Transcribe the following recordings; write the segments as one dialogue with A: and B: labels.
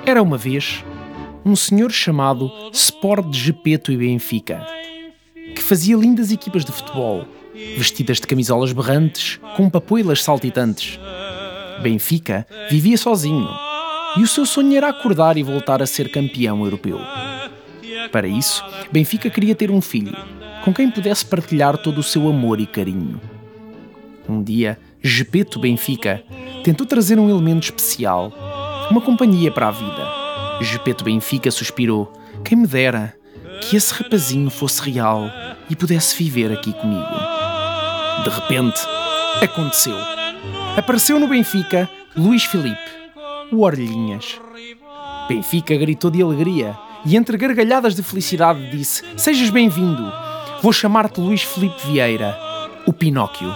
A: Era uma vez um senhor chamado Sport Gepeto e Benfica, que fazia lindas equipas de futebol, vestidas de camisolas berrantes, com papoilas saltitantes. Benfica vivia sozinho, e o seu sonho era acordar e voltar a ser campeão europeu. Para isso, Benfica queria ter um filho, com quem pudesse partilhar todo o seu amor e carinho. Um dia, Gepeto Benfica tentou trazer um elemento especial, uma companhia para a vida. Gepeto Benfica suspirou: quem me dera que esse rapazinho fosse real e pudesse viver aqui comigo. De repente, aconteceu. Apareceu no Benfica Luís Filipe, o Orelhinhas. Benfica gritou de alegria e, entre gargalhadas de felicidade, disse: sejas bem-vindo, vou chamar-te Luís Filipe Vieira, o Pinóquio.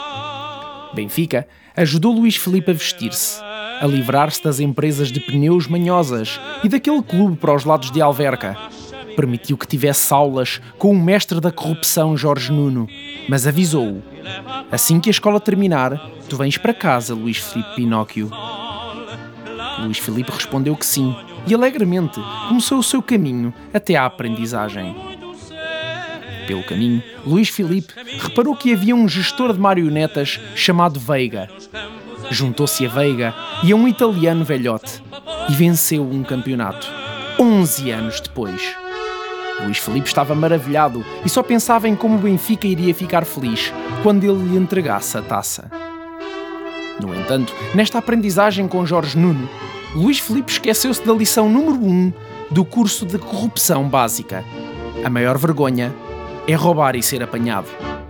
A: Benfica ajudou Luís Filipe a vestir-se, a livrar-se das empresas de pneus manhosas e daquele clube para os lados de Alverca. Permitiu que tivesse aulas com o mestre da corrupção Jorge Nuno, mas avisou-o: assim que a escola terminar, tu vens para casa, Luís Filipe Pinóquio. Luís Filipe respondeu que sim, e alegremente começou o seu caminho até à aprendizagem. Pelo caminho, Luís Filipe reparou que havia um gestor de marionetas chamado Veiga. Juntou-se a Veiga e a um italiano velhote e venceu um campeonato, 11 anos depois. Luís Filipe estava maravilhado e só pensava em como o Benfica iria ficar feliz quando ele lhe entregasse a taça. No entanto, nesta aprendizagem com Jorge Nuno, Luís Filipe esqueceu-se da lição número 1 do curso de corrupção básica. A maior vergonha é roubar e ser apanhado.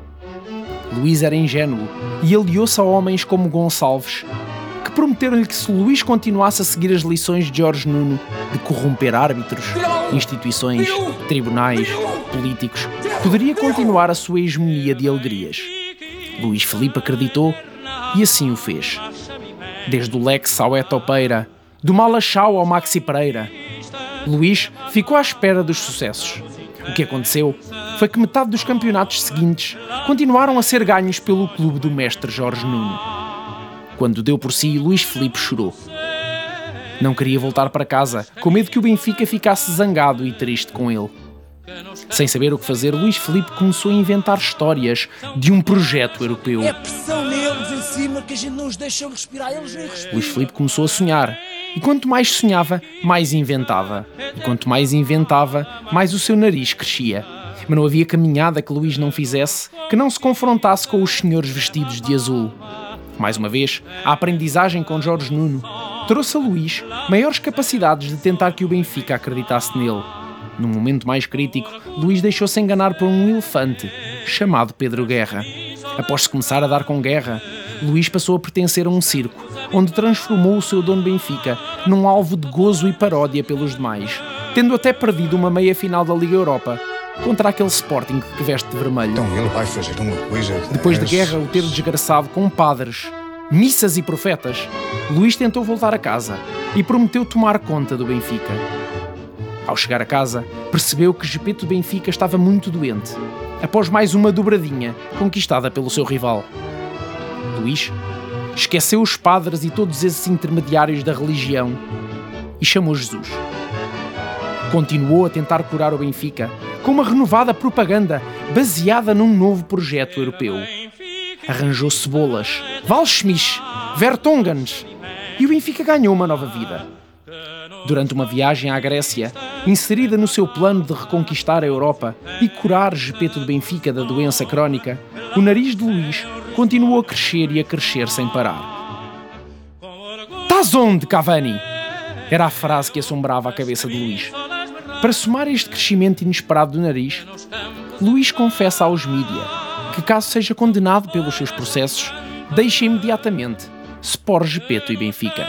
A: Luís era ingênuo e aliou-se a homens como Gonçalves, que prometeram-lhe que se Luís continuasse a seguir as lições de Jorge Nuno de corromper árbitros, instituições, tribunais, políticos, poderia continuar a sua hegemonia de alegrias. Luís Filipe acreditou e assim o fez. Desde o Lex ao Etopeira, do Malachau ao Maxi Pereira, Luís ficou à espera dos sucessos. O que aconteceu foi que metade dos campeonatos seguintes continuaram a ser ganhos pelo clube do mestre Jorge Nuno. Quando deu por si, Luís Filipe chorou. Não queria voltar para casa, com medo que o Benfica ficasse zangado e triste com ele. Sem saber o que fazer, Luís Filipe começou a inventar histórias de um projeto europeu.
B: É pressão neles em cima que a gente não os deixa respirar, eles nem respiram.
A: Luís Filipe começou a sonhar. E quanto mais sonhava, mais inventava. E quanto mais inventava, mais o seu nariz crescia. Mas não havia caminhada que Luís não fizesse que não se confrontasse com os senhores vestidos de azul. Mais uma vez, a aprendizagem com Jorge Nuno trouxe a Luís maiores capacidades de tentar que o Benfica acreditasse nele. Num momento mais crítico, Luís deixou-se enganar por um elefante chamado Pedro Guerra. Após se começar a dar com Guerra, Luís passou a pertencer a um circo, onde transformou o seu dono Benfica num alvo de gozo e paródia pelos demais, tendo até perdido uma meia-final da Liga Europa contra aquele Sporting que veste de vermelho.
C: Então ele vai fazer uma coisa...
A: Depois de Guerra o ter desgraçado com padres, missas e profetas, Luís tentou voltar a casa e prometeu tomar conta do Benfica. Ao chegar a casa, percebeu que Gepeto Benfica estava muito doente, após mais uma dobradinha conquistada pelo seu rival. Luís esqueceu os padres e todos esses intermediários da religião e chamou Jesus. Continuou a tentar curar o Benfica com uma renovada propaganda baseada num novo projeto europeu. Arranjou cebolas, Waldschmidt, Vertongans e o Benfica ganhou uma nova vida. Durante uma viagem à Grécia, inserida no seu plano de reconquistar a Europa e curar Gepeto de Benfica da doença crónica, o nariz de Luís continuou a crescer e a crescer sem parar. "Tás onde, Cavani?" era a frase que assombrava a cabeça de Luís. Para somar este crescimento inesperado do nariz, Luís confessa aos mídia que, caso seja condenado pelos seus processos, deixa imediatamente Sport Gepeto e Benfica.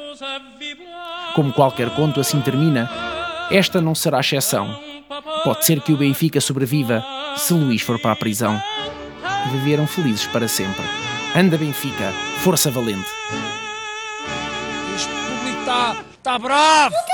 A: Como qualquer conto assim termina, esta não será exceção. Pode ser que o Benfica sobreviva se Luís for para a prisão. E viveram felizes para sempre. Anda Benfica, força valente.
B: Este público está bravo!